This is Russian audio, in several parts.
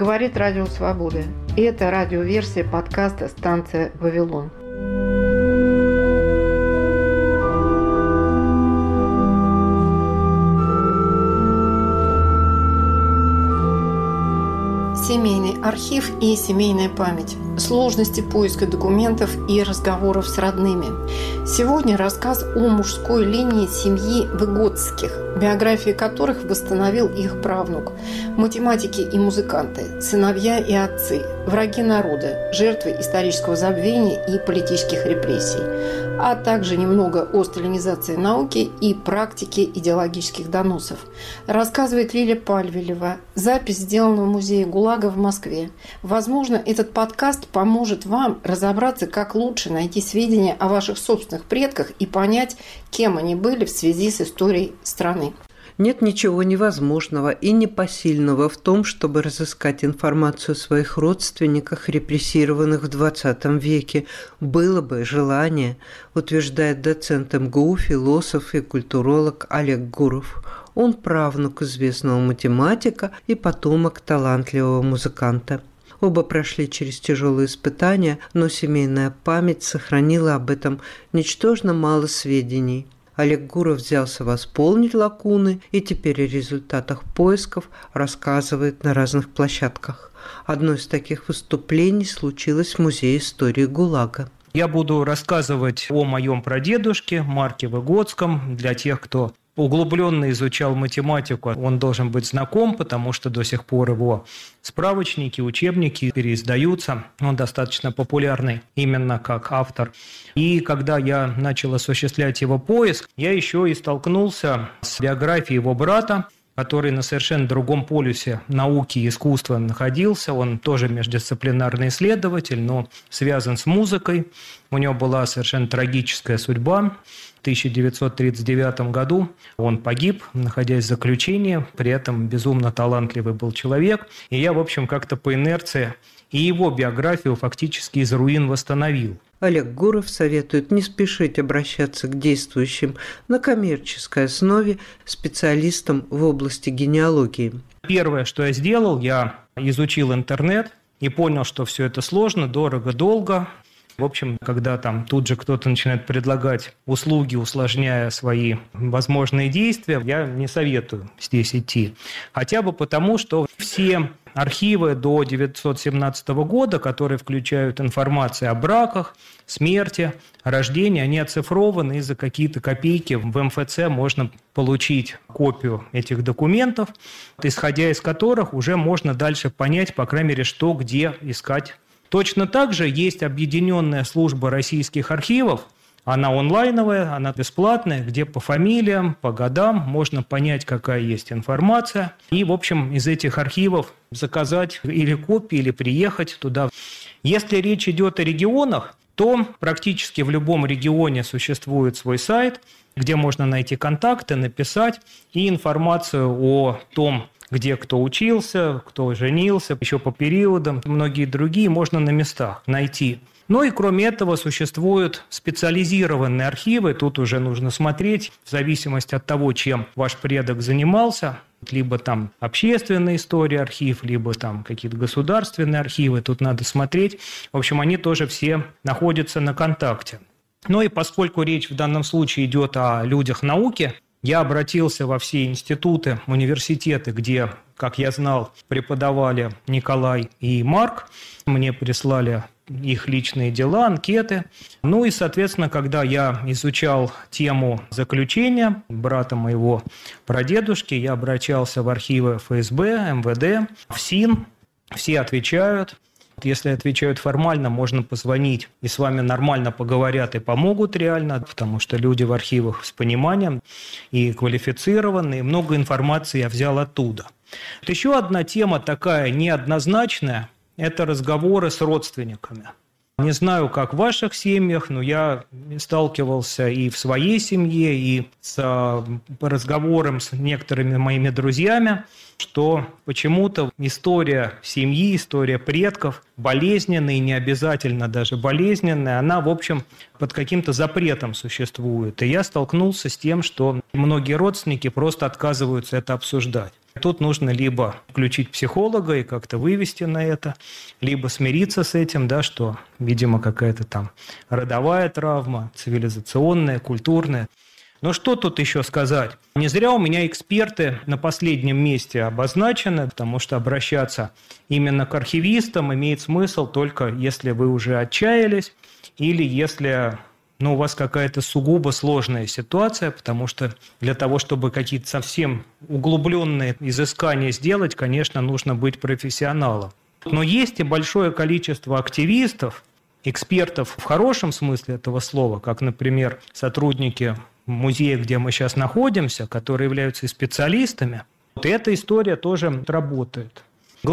Говорит Радио Свобода. И это радиоверсия подкаста «Станция Вавилон». Семейный архив и семейная память. Сложности поиска документов и разговоров с родными. Сегодня рассказ о мужской линии семьи Выгодских, биографии которых восстановил их правнук. Математики и музыканты, сыновья и отцы, враги народа, жертвы исторического забвения и политических репрессий, а также немного о сталинизации науки и практике идеологических доносов. Рассказывает Лиля Пальвелева. Запись сделана в музее ГУЛАГа в Москве. Возможно, этот подкаст поможет вам разобраться, как лучше найти сведения о ваших собственных предках и понять, кем они были в связи с историей страны. Нет ничего невозможного и непосильного в том, чтобы разыскать информацию о своих родственниках, репрессированных в XX веке. Было бы желание, утверждает доцент МГУ, философ и культуролог Олег Гуров. Он правнук известного математика и потомок талантливого музыканта. Оба прошли через тяжелые испытания, но семейная память сохранила об этом ничтожно мало сведений. Олег Гуров взялся восполнить лакуны и теперь о результатах поисков рассказывает на разных площадках. Одно из таких выступлений случилось в Музее истории ГУЛАГа. Я буду рассказывать о моем прадедушке Марке Выгодском. Для тех, кто углубленно изучал математику, он должен быть знаком, потому что до сих пор его справочники, учебники переиздаются. Он достаточно популярный именно как автор. И когда я начал осуществлять его поиск, я еще и столкнулся с биографией его брата, который на совершенно другом полюсе науки и искусства находился. Он тоже междисциплинарный исследователь, но связан с музыкой. У него была совершенно трагическая судьба. В 1939 году он погиб, находясь в заключении. При этом безумно талантливый был человек. И я, в общем, как-то по инерции и его биографию фактически из руин восстановил. Олег Гуров советует не спешить обращаться к действующим на коммерческой основе специалистам в области генеалогии. Первое, что я сделал, я изучил интернет и понял, что все это сложно, дорого, долго. В общем, когда там тут же кто-то начинает предлагать услуги, усложняя свои возможные действия, я не советую здесь идти. Хотя бы потому, что все архивы до 1917 года, которые включают информацию о браках, смерти, рождении, они оцифрованы, и за какие-то копейки в МФЦ можно получить копию этих документов, исходя из которых уже можно дальше понять, по крайней мере, что где искать. Точно так же есть объединенная служба российских архивов. Она онлайновая, она бесплатная, где по фамилиям, по годам можно понять, какая есть информация. И, в общем, из этих архивов заказать или копии, или приехать туда. Если речь идет о регионах, то практически в любом регионе существует свой сайт, где можно найти контакты, написать и информацию о том, где кто учился, кто женился, еще по периодам, многие другие можно на местах найти. Ну и кроме этого существуют специализированные архивы, тут уже нужно смотреть в зависимости от того, чем ваш предок занимался, либо там общественная история архив, либо там какие-то государственные архивы, тут надо смотреть. В общем, они тоже все находятся на контакте. Ну и поскольку речь в данном случае идет о людях науки, я обратился во все институты, университеты, где, как я знал, преподавали Николай и Марк. Мне прислали их личные дела, анкеты. Ну и, соответственно, когда я изучал тему заключения брата моего прадедушки, я обращался в архивы ФСБ, МВД, в СИН. Все отвечают. Если отвечают формально, можно позвонить, и с вами нормально поговорят и помогут реально, потому что люди в архивах с пониманием и квалифицированы, и много информации я взял оттуда. Еще одна тема такая неоднозначная – это разговоры с родственниками. Не знаю, как в ваших семьях, но я сталкивался и в своей семье, и с разговором с некоторыми моими друзьями, что почему-то история семьи, история предков болезненная, и не обязательно даже болезненная, она, в общем, под каким-то запретом существует. И я столкнулся с тем, что многие родственники просто отказываются это обсуждать. Тут нужно либо включить психолога и как-то вывести на это, либо смириться с этим, да, что, видимо, какая-то там родовая травма, цивилизационная, культурная. Но что тут еще сказать? Не зря у меня эксперты на последнем месте обозначены, потому что обращаться именно к архивистам имеет смысл только если вы уже отчаялись или если у вас какая-то сугубо сложная ситуация, потому что для того, чтобы какие-то совсем углубленные изыскания сделать, конечно, нужно быть профессионалом. Но есть и большое количество активистов, экспертов в хорошем смысле этого слова, как, например, сотрудники музея, где мы сейчас находимся, которые являются и специалистами. И эта история тоже работает.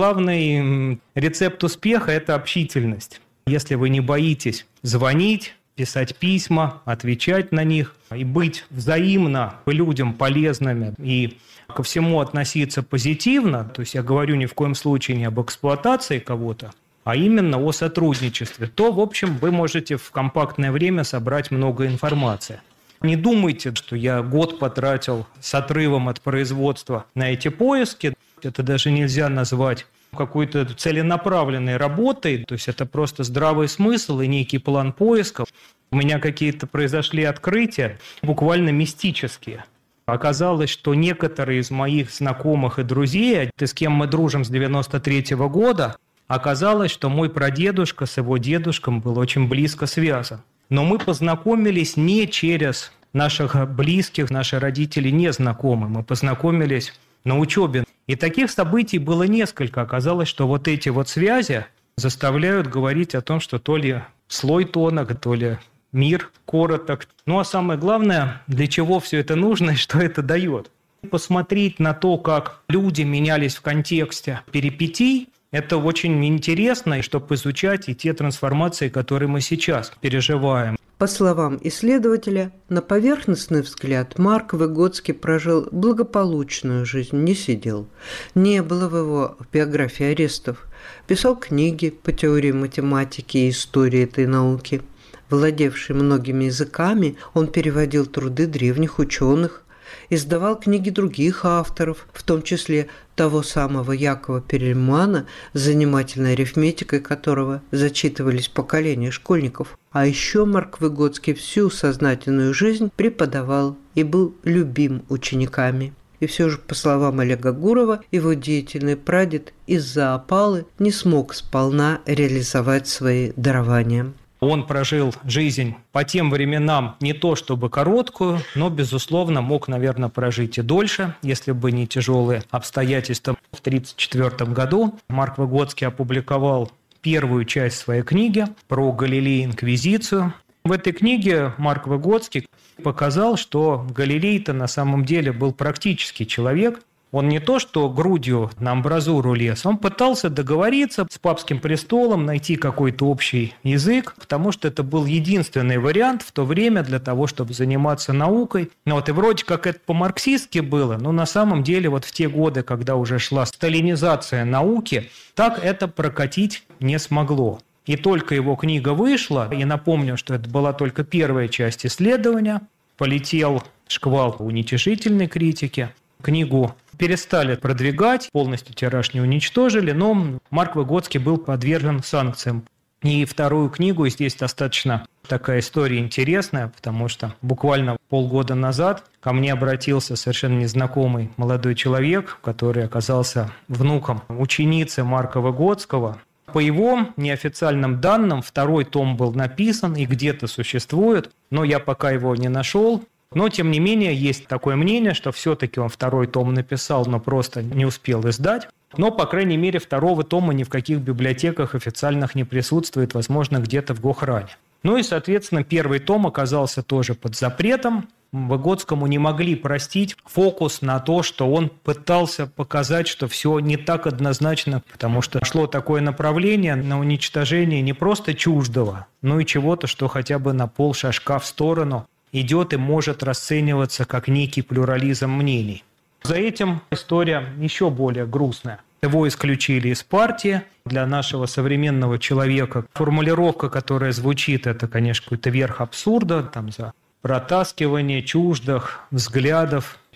Главный рецепт успеха – это общительность. Если вы не боитесь звонить, писать письма, отвечать на них и быть взаимно людям полезными и ко всему относиться позитивно, то есть я говорю ни в коем случае не об эксплуатации кого-то, а именно о сотрудничестве, то, в общем, вы можете в компактное время собрать много информации. Не думайте, что я год потратил с отрывом от производства на эти поиски. Это даже нельзя назвать какой-то целенаправленной работой. То есть это просто здравый смысл и некий план поиска. У меня какие-то произошли открытия, буквально мистические. Оказалось, что некоторые из моих знакомых и друзей, с кем мы дружим с 93-го года, оказалось, что мой прадедушка с его дедушком был очень близко связан. Но мы познакомились не через наших близких, наши родители не знакомы. Мы познакомились на учебе. И таких событий было несколько. Оказалось, что вот эти вот связи заставляют говорить о том, что то ли слой тонок, то ли мир короток. Ну а самое главное, для чего все это нужно и что это дает. Посмотреть на то, как люди менялись в контексте перипетий, это очень интересно, чтобы изучать и те трансформации, которые мы сейчас переживаем. По словам исследователя, на поверхностный взгляд Марк Выгодский прожил благополучную жизнь, не сидел. Не было в его биографии арестов. Писал книги по теории математики и истории этой науки. Владевший многими языками, он переводил труды древних ученых, издавал книги других авторов, в том числе того самого Якова Перельмана, с занимательной арифметикой которого зачитывались поколения школьников. А еще Марк Выгодский всю сознательную жизнь преподавал и был любим учениками. И все же, по словам Олега Гурова, его деятельный прадед из-за опалы не смог сполна реализовать свои дарования. Он прожил жизнь по тем временам не то чтобы короткую, но, безусловно, мог, наверное, прожить и дольше, если бы не тяжелые обстоятельства. В 1934 году Марк Выгодский опубликовал первую часть своей книги про Галилей и Инквизицию. В этой книге Марк Выгодский показал, что Галилей-то на самом деле был практический человек. Он не то что грудью на амбразуру лез, он пытался договориться с папским престолом, найти какой-то общий язык, потому что это был единственный вариант в то время для того, чтобы заниматься наукой. И вроде как это по-марксистски было, но на самом деле в те годы, когда уже шла сталинизация науки, так это прокатить не смогло. И только его книга вышла, и напомню, что это была только первая часть исследования, полетел шквал уничижительной критики. Книгу перестали продвигать, полностью тираж не уничтожили, но Марк Выгодский был подвержен санкциям. И вторую книгу, здесь достаточно такая история интересная, потому что буквально полгода назад ко мне обратился совершенно незнакомый молодой человек, который оказался внуком ученицы Марка Выгодского. По его неофициальным данным, второй том был написан и где-то существует, но я пока его не нашел. Но, тем не менее, есть такое мнение, что все-таки он второй том написал, но просто не успел издать. Но, по крайней мере, второго тома ни в каких библиотеках официальных не присутствует, возможно, где-то в Гохране. Ну и, соответственно, первый том оказался тоже под запретом. Выгодскому не могли простить фокус на то, что он пытался показать, что все не так однозначно, потому что шло такое направление на уничтожение не просто чуждого, но и чего-то, что хотя бы на полшажка в сторону идет и может расцениваться как некий плюрализм мнений. За этим история еще более грустная. Его исключили из партии. Для нашего современного человека формулировка, которая звучит, это, конечно, какой-то верх абсурда, за протаскивание чуждых взглядов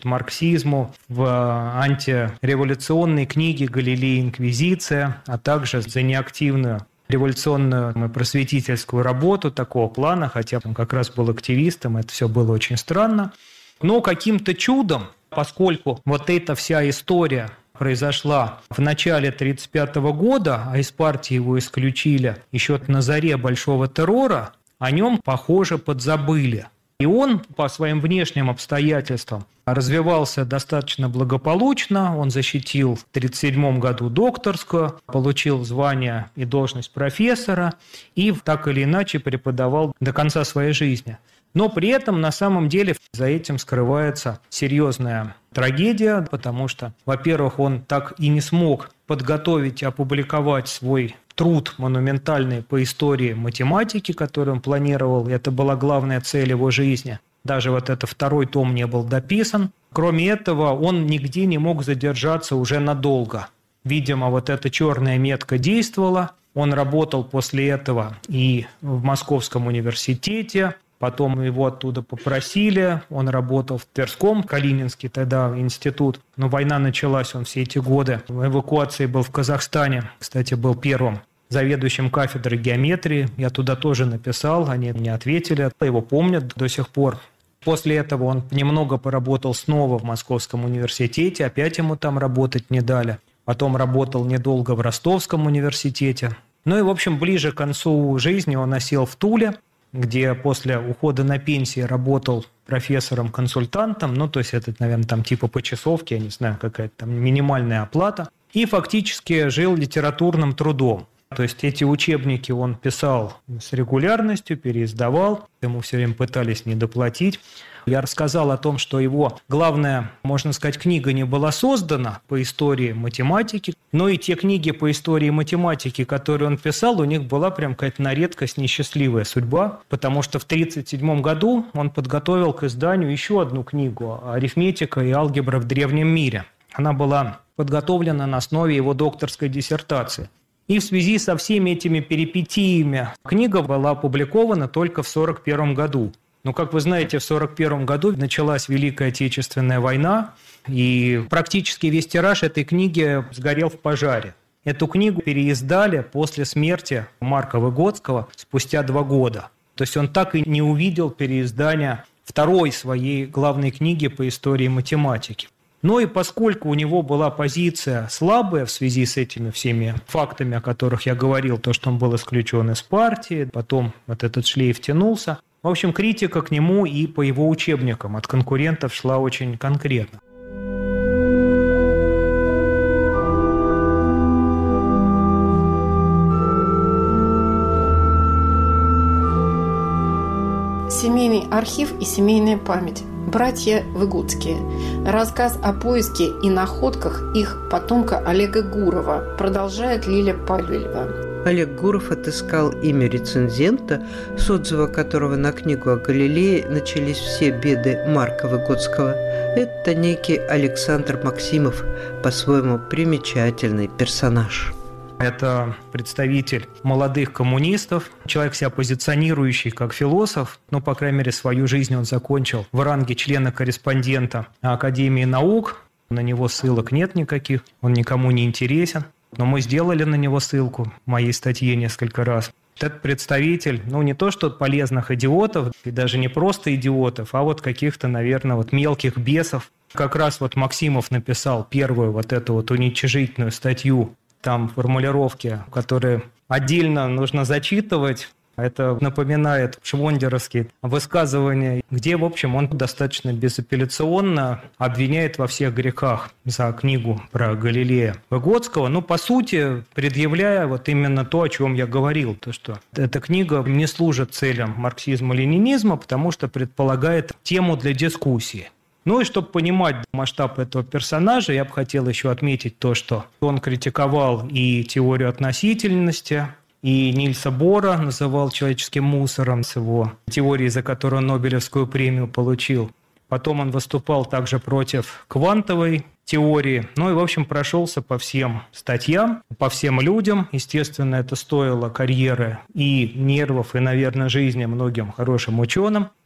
марксизму, в антиреволюционной книге «Галилей. Инквизиция», а также за неактивную революционную и просветительскую работу такого плана, хотя он как раз был активистом, это все было очень странно. Но каким-то чудом, поскольку вот эта вся история произошла в начале 1935 года, а из партии его исключили еще на заре Большого террора, о нем, похоже, подзабыли. И он по своим внешним обстоятельствам развивался достаточно благополучно. Он защитил в 1937 году докторскую, получил звание и должность профессора и так или иначе преподавал до конца своей жизни. Но при этом на самом деле за этим скрывается серьезная трагедия, потому что, во-первых, он так и не смог подготовить и опубликовать свой труд монументальный по истории математики, который он планировал. Это была главная цель его жизни. Даже вот этот второй том не был дописан. Кроме этого, он нигде не мог задержаться уже надолго. Видимо, вот эта черная метка действовала. Он работал после этого и в Московском университете. Потом его оттуда попросили, он работал в Тверском, Калининский тогда институт. Но война началась, он все эти годы в эвакуации был в Казахстане. Кстати, был первым заведующим кафедрой геометрии. Я туда тоже написал, они мне ответили, его помнят до сих пор. После этого он немного поработал снова в Московском университете, опять ему там работать не дали. Потом работал недолго в Ростовском университете. Ну и, в общем, ближе к концу жизни он осел в Туле, где после ухода на пенсию работал профессором-консультантом, ну, то есть это, наверное, там типа почасовки, я не знаю, какая-то там минимальная оплата, и фактически жил литературным трудом. То есть эти учебники он писал с регулярностью, переиздавал, ему все время пытались недоплатить. Я рассказал о том, что его главная, можно сказать, книга не была создана по истории математики, но и те книги по истории математики, которые он писал, у них была прям какая-то на редкость несчастливая судьба, потому что в 1937 году он подготовил к изданию еще одну книгу «Арифметика и алгебра в древнем мире». Она была подготовлена на основе его докторской диссертации. И в связи со всеми этими перипетиями книга была опубликована только в 1941 году. Но, как вы знаете, в 1941 году началась Великая Отечественная война, и практически весь тираж этой книги сгорел в пожаре. Эту книгу переиздали после смерти Марка Выгодского спустя 2 года. То есть он так и не увидел переиздания второй своей главной книги по истории математики. Но и поскольку у него была позиция слабая в связи с этими всеми фактами, о которых я говорил, то, что он был исключен из партии, потом вот этот шлейф тянулся, в общем, критика к нему и по его учебникам от конкурентов шла очень конкретно. Семейный архив и семейная память. Братья Выгодские. Рассказ о поиске и находках их потомка Олега Гурова. Продолжает Лиля Павелева. Олег Гуров отыскал имя рецензента, с отзыва которого на книгу о Галилее начались все беды Марка Выгодского. Это некий Александр Максимов, по-своему примечательный персонаж. Это представитель молодых коммунистов, человек, себя позиционирующий как философ, ну, по крайней мере, свою жизнь он закончил в ранге члена-корреспондента Академии наук. На него ссылок нет никаких, он никому не интересен. Но мы сделали на него ссылку в моей статье несколько раз. Этот представитель, ну, не то что полезных идиотов, и даже не просто идиотов, а вот каких-то, наверное, вот мелких бесов. Как раз вот Максимов написал первую вот эту вот уничижительную статью, там формулировки, которые отдельно нужно зачитывать. Это напоминает швондеровские высказывания, где, в общем, он достаточно безапелляционно обвиняет во всех грехах за книгу про Галилея Выгодского, ну, по сути, предъявляя вот именно то, о чем я говорил, то, что эта книга не служит целям марксизма-ленинизма, потому что предполагает тему для дискуссии. Ну и чтобы понимать масштаб этого персонажа, я бы хотел еще отметить то, что он критиковал и теорию относительности, и Нильса Бора называл человеческим мусором с его теорией, за которую он Нобелевскую премию получил. Потом он выступал также против квантовой теории. Ну и, в общем, прошелся по всем статьям, по всем людям. Естественно, это стоило карьеры и нервов, и, наверное, жизни многим хорошим ученым.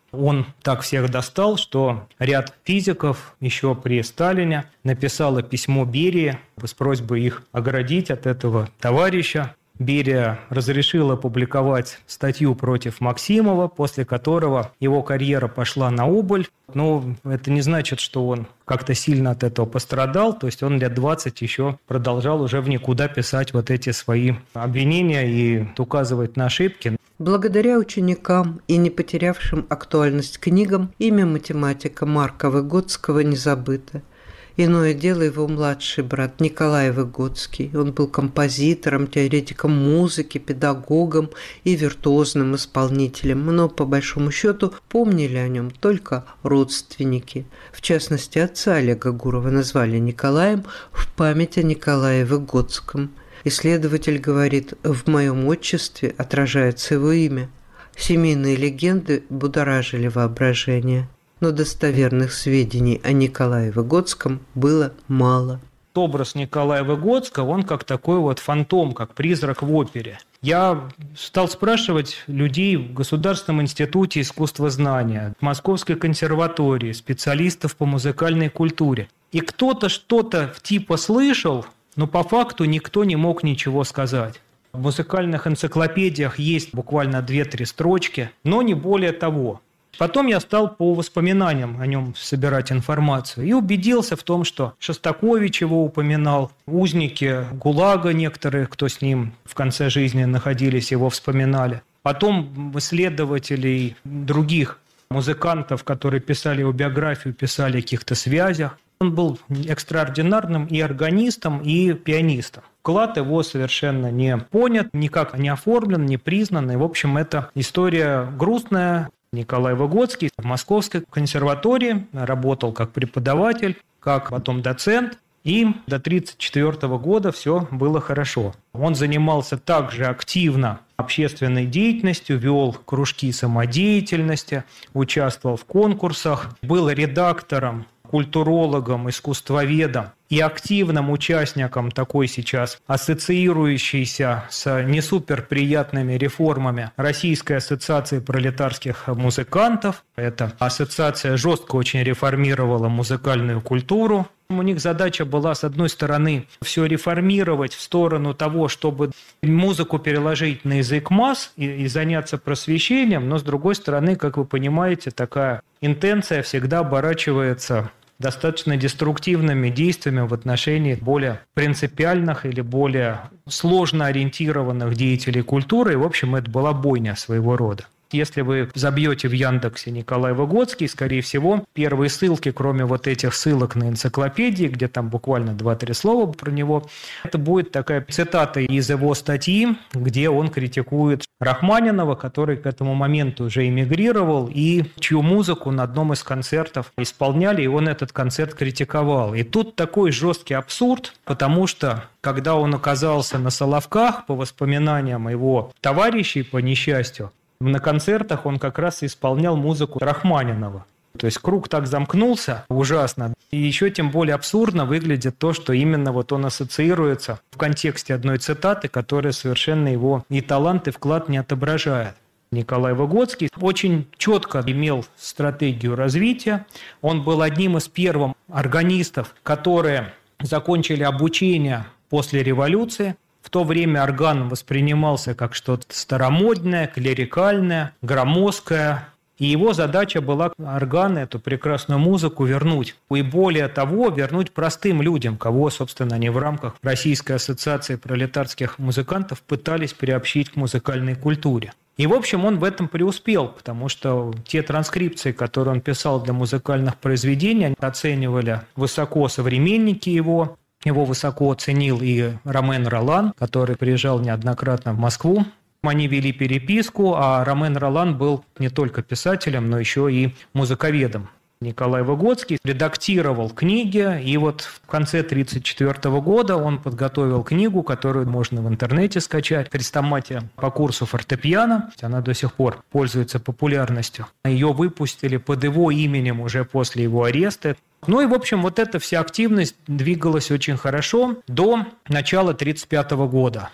Он так всех достал, что ряд физиков еще при Сталине написало письмо Берии с просьбой их оградить от этого товарища. Берия разрешил опубликовать статью против Максимова, после которого его карьера пошла на убыль. Но это не значит, что он как-то сильно от этого пострадал. То есть он лет 20 еще продолжал уже в никуда писать вот эти свои обвинения и указывать на ошибки. Благодаря ученикам и не потерявшим актуальность книгам, имя математика Марка Выгодского не забыто. Иное дело его младший брат Николай Выгодский. Он был композитором, теоретиком музыки, педагогом и виртуозным исполнителем, но, по большому счету, помнили о нем только родственники. В частности, отца Олега Гурова назвали Николаем в память о Николае Выгодском. Исследователь говорит, в моем отчестве отражается его имя. Семейные легенды будоражили воображение. Но достоверных сведений о Николае Выгодском было мало. Образ Николая Выгодского, он как такой вот фантом, как призрак в опере. Я стал спрашивать людей в Государственном институте искусствознания, в Московской консерватории, специалистов по музыкальной культуре. И кто-то что-то типа слышал, но по факту никто не мог ничего сказать. В музыкальных энциклопедиях есть буквально 2-3 строчки, но не более того. Потом я стал по воспоминаниям о нем собирать информацию и убедился в том, что Шостакович его упоминал, узники ГУЛАГа некоторые, кто с ним в конце жизни находились, его вспоминали. Потом исследователей других музыкантов, которые писали его биографию, писали о каких-то связях. Он был экстраординарным и органистом, и пианистом. Вклад его совершенно не понят, никак не оформлен, не признан. И, в общем, это история грустная. Николай Выгодский в Московской консерватории работал как преподаватель, как потом доцент, и до 1934 года все было хорошо. Он занимался также активно общественной деятельностью, вел кружки самодеятельности, участвовал в конкурсах, был редактором, культурологом, искусствоведом и активным участником такой сейчас ассоциирующейся с не суперприятными реформами Российской ассоциации пролетарских музыкантов. Эта ассоциация жестко очень реформировала музыкальную культуру. У них задача была, с одной стороны, все реформировать в сторону того, чтобы музыку переложить на язык масс и заняться просвещением, но, с другой стороны, как вы понимаете, такая интенция всегда оборачивается достаточно деструктивными действиями в отношении более принципиальных или более сложно ориентированных деятелей культуры. И, в общем, это была бойня своего рода. Если вы забьете в Яндексе Николай Выгодский, скорее всего, первые ссылки, кроме вот этих ссылок на энциклопедии, где там буквально 2-3 слова про него, это будет такая цитата из его статьи, где он критикует Рахманинова, который к этому моменту уже эмигрировал, и чью музыку на одном из концертов исполняли, и он этот концерт критиковал. И тут такой жесткий абсурд, потому что когда он оказался на Соловках, по воспоминаниям его товарищей по несчастью, на концертах он как раз исполнял музыку Рахманинова. То есть круг так замкнулся ужасно. И еще тем более абсурдно выглядит то, что именно вот он ассоциируется в контексте одной цитаты, которая совершенно его и талант, и вклад не отображает. Николай Выгодский очень четко имел стратегию развития. Он был одним из первых органистов, которые закончили обучение после революции. В то время орган воспринимался как что-то старомодное, клерикальное, громоздкое. И его задача была орган, эту прекрасную музыку, вернуть. И более того, вернуть простым людям, кого, собственно, они в рамках Российской ассоциации пролетарских музыкантов пытались приобщить к музыкальной культуре. И, в общем, он в этом преуспел, потому что те транскрипции, которые он писал для музыкальных произведений, оценивали высоко современники его. Его высоко оценил и Ромен Ролан, который приезжал неоднократно в Москву. Они вели переписку, а Ромен Ролан был не только писателем, но еще и музыковедом. Николай Выгодский редактировал книги, и вот в конце 1934 года он подготовил книгу, которую можно в интернете скачать, «Хрестоматия по курсу фортепиано». Она до сих пор пользуется популярностью. Ее выпустили под его именем уже после его ареста. Ну и, в общем, вот эта вся активность двигалась очень хорошо до начала 1935 года.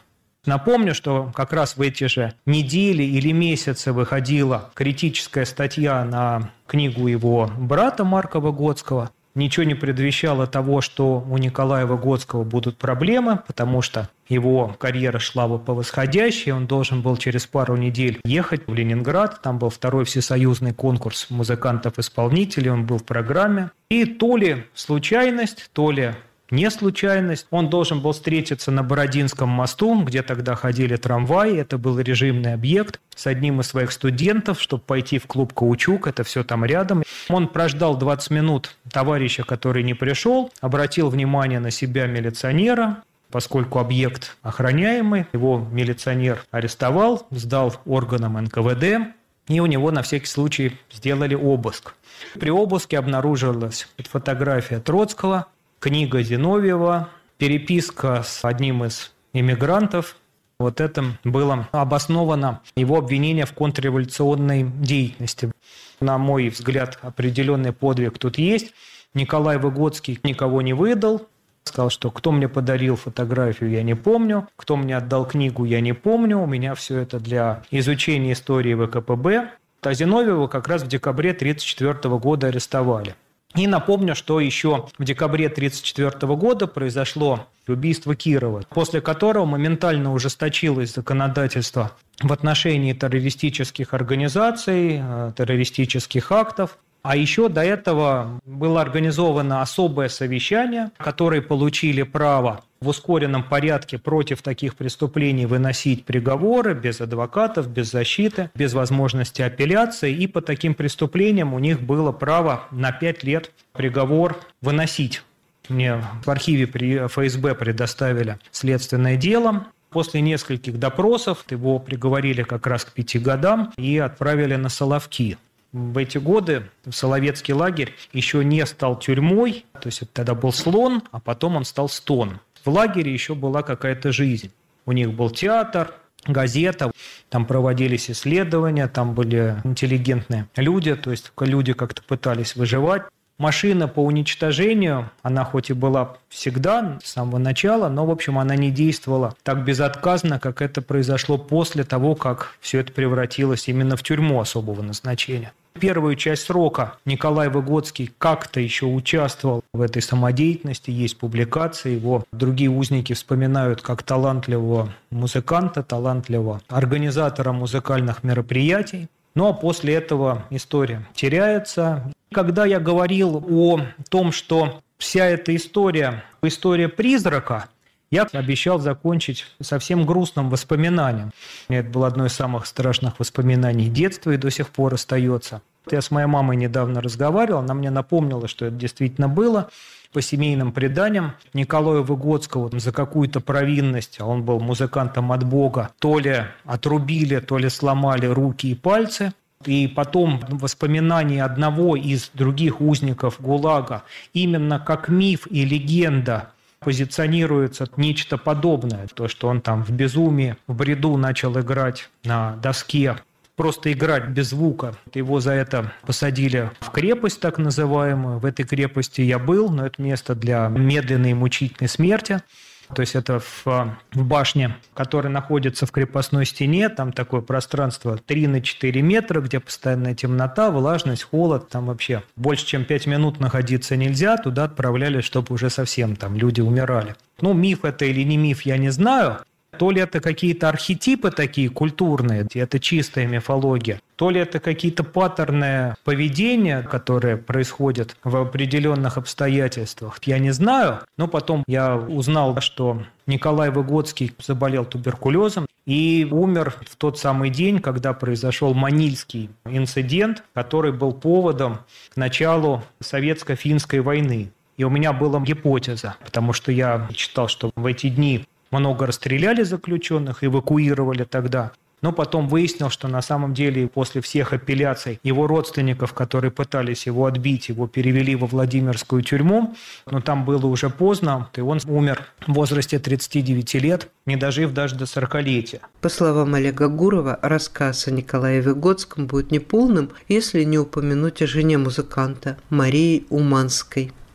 Напомню, что как раз в эти же недели или месяцы выходила критическая статья на книгу его брата Марка Выгодского. Ничего не предвещало того, что у Николая Выгодского будут проблемы, потому что его карьера шла по восходящей, он должен был через пару недель ехать в Ленинград, там был второй всесоюзный конкурс музыкантов-исполнителей, он был в программе. И то ли случайность, то ли не случайность. Он должен был встретиться на Бородинском мосту, где тогда ходили трамваи. Это был режимный объект с одним из своих студентов, чтобы пойти в клуб «Каучук». Это все там рядом. Он прождал 20 минут товарища, который не пришел, обратил внимание на себя милиционера. Поскольку объект охраняемый, его милиционер арестовал, сдал органам НКВД, и у него на всякий случай сделали обыск. При обыске обнаружилась фотография Троцкого, книга Зиновьева, переписка с одним из эмигрантов. Вот это было обосновано его обвинение в контрреволюционной деятельности. На мой взгляд, определенный подвиг тут есть. Николай Выгодский никого не выдал. Сказал, что кто мне подарил фотографию, я не помню. Кто мне отдал книгу, я не помню. У меня все это для изучения истории ВКПБ. А Зиновьева как раз в декабре 1934 года арестовали. И напомню, что еще в декабре 1934 года произошло убийство Кирова, после которого моментально ужесточилось законодательство в отношении террористических организаций, террористических актов. А еще до этого было организовано особое совещание, которые получили право в ускоренном порядке против таких преступлений выносить приговоры без адвокатов, без защиты, без возможности апелляции. И по таким преступлениям у них было право на 5 лет приговор выносить. Мне в архиве при ФСБ предоставили следственное дело. После нескольких допросов его приговорили как раз к 5 годам и отправили на Соловки. В эти годы Соловецкий лагерь еще не стал тюрьмой, то есть это тогда был Слон, а потом он стал Стон. В лагере еще была какая-то жизнь. У них был театр, газета, там проводились исследования, там были интеллигентные люди, то есть люди как-то пытались выживать. Машина по уничтожению, она хоть и была всегда, с самого начала, но, в общем, она не действовала так безотказно, как это произошло после того, как все это превратилось именно в тюрьму особого назначения. Первую часть срока Николай Выгодский как-то еще участвовал в этой самодеятельности, есть публикации его. Другие узники вспоминают как талантливого музыканта, талантливого организатора музыкальных мероприятий. Ну а после этого история теряется. Когда я говорил о том, что вся эта история призрака, я обещал закончить совсем грустным воспоминанием. Это было одно из самых страшных воспоминаний детства и до сих пор остается. Я с моей мамой недавно разговаривал, она мне напомнила, что это действительно было. По семейным преданиям Николаю Выгодскому за какую-то провинность, а он был музыкантом от Бога, то ли отрубили, то ли сломали руки и пальцы. И потом воспоминания одного из других узников ГУЛАГа именно как миф и легенда позиционируется нечто подобное. То, что он там в безумии, в бреду начал играть на доске, просто играть без звука. Его за это посадили в крепость так называемую. В этой крепости я был, но это место для медленной и мучительной смерти. То есть это в башне, которая находится в крепостной стене, там такое пространство 3 на 4 метра, где постоянная темнота, влажность, холод, там вообще больше чем 5 минут находиться нельзя, туда отправляли, чтобы уже совсем там люди умирали. Ну, миф это или не миф, я не знаю. То ли это какие-то архетипы такие культурные, это чистая мифология, то ли это какие-то паттерны поведения, которые происходят в определенных обстоятельствах, я не знаю. Но потом я узнал, что Николай Выгодский заболел туберкулезом и умер в тот самый день, когда произошел Манильский инцидент, который был поводом к началу советско-финской войны. И у меня была гипотеза, потому что я читал, что в эти дни много расстреляли заключенных, эвакуировали тогда. Но потом выяснил, что на самом деле после всех апелляций его родственников, которые пытались его отбить, его перевели во Владимирскую тюрьму. Но там было уже поздно, и он умер в возрасте 39 лет, не дожив даже до 40-летия. По словам Олега Гурова, рассказ о Николае Выгодском будет неполным, если не упомянуть о жене музыканта Марии Уманской.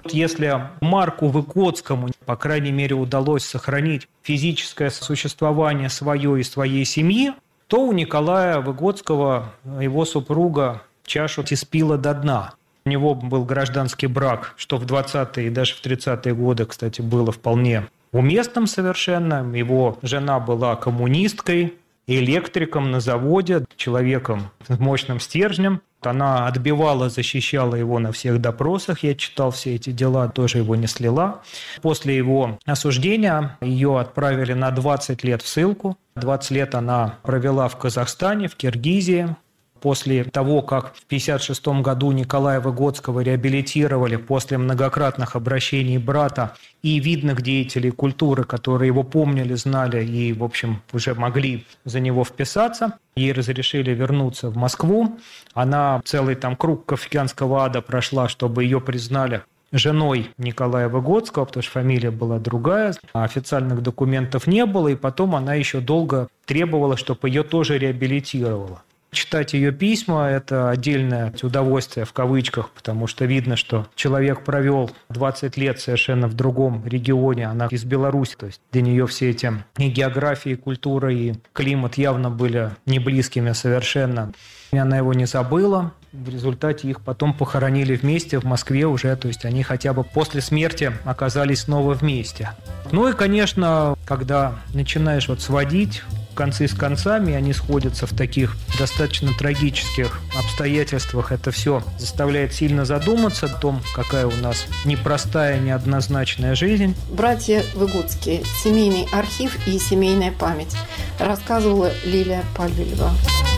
Если Марку Выгодскому, по крайней мере, удалось сохранить физическое существование свое и своей семьи, то у Николая Выгодского, его супруга, чашу испила до дна. У него был гражданский брак, что в 20-е и даже в 30-е годы, кстати, было вполне уместным совершенно. Его жена была коммунисткой, электриком на заводе, человеком с мощным стержнем. Она отбивала, защищала его на всех допросах. Я читал все эти дела, тоже его не слила. После его осуждения ее отправили на 20 лет в ссылку. 20 лет она провела в Казахстане, в Киргизии. После того, как в 1956 году Николая Выгодского реабилитировали после многократных обращений брата и видных деятелей культуры, которые его помнили, знали и, в общем, уже могли за него вписаться, ей разрешили вернуться в Москву. Она целый там круг кафкианского ада прошла, чтобы ее признали женой Николая Выгодского, потому что фамилия была другая, а официальных документов не было, и потом она еще долго требовала, чтобы ее тоже реабилитировала. Читать ее письма – это отдельное удовольствие в кавычках, потому что видно, что человек провел 20 лет совершенно в другом регионе, она из Беларуси, то есть для нее все эти и география, и культура, и климат явно были не близкими совершенно. И она его не забыла. В результате их потом похоронили вместе в Москве уже, то есть они хотя бы после смерти оказались снова вместе. Ну и, конечно, когда начинаешь сводить концы с концами, они сходятся в таких достаточно трагических обстоятельствах. Это все заставляет сильно задуматься о том, какая у нас непростая, неоднозначная жизнь. Братья Выгодские. Семейный архив и семейная память. Рассказывала Лилия Пальвилева.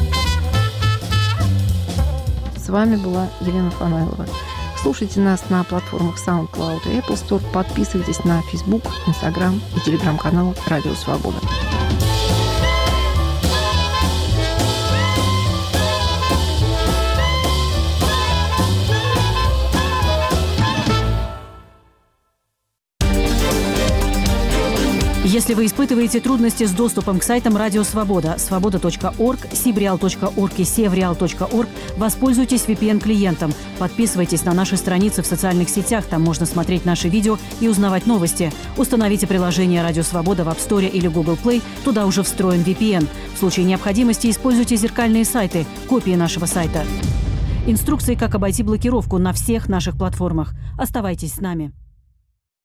С вами была Елена Фанайлова. Слушайте нас на платформах SoundCloud и Apple Store. Подписывайтесь на Facebook, Instagram и телеграм-канал «Радио Свобода». Если вы испытываете трудности с доступом к сайтам Радио Свобода, свобода.орг, sibreal.org и sevreal.org, воспользуйтесь VPN-клиентом. Подписывайтесь на наши страницы в социальных сетях, там можно смотреть наши видео и узнавать новости. Установите приложение Радио Свобода в App Store или Google Play, туда уже встроен VPN. В случае необходимости используйте зеркальные сайты, копии нашего сайта. Инструкции, как обойти блокировку на всех наших платформах. Оставайтесь с нами.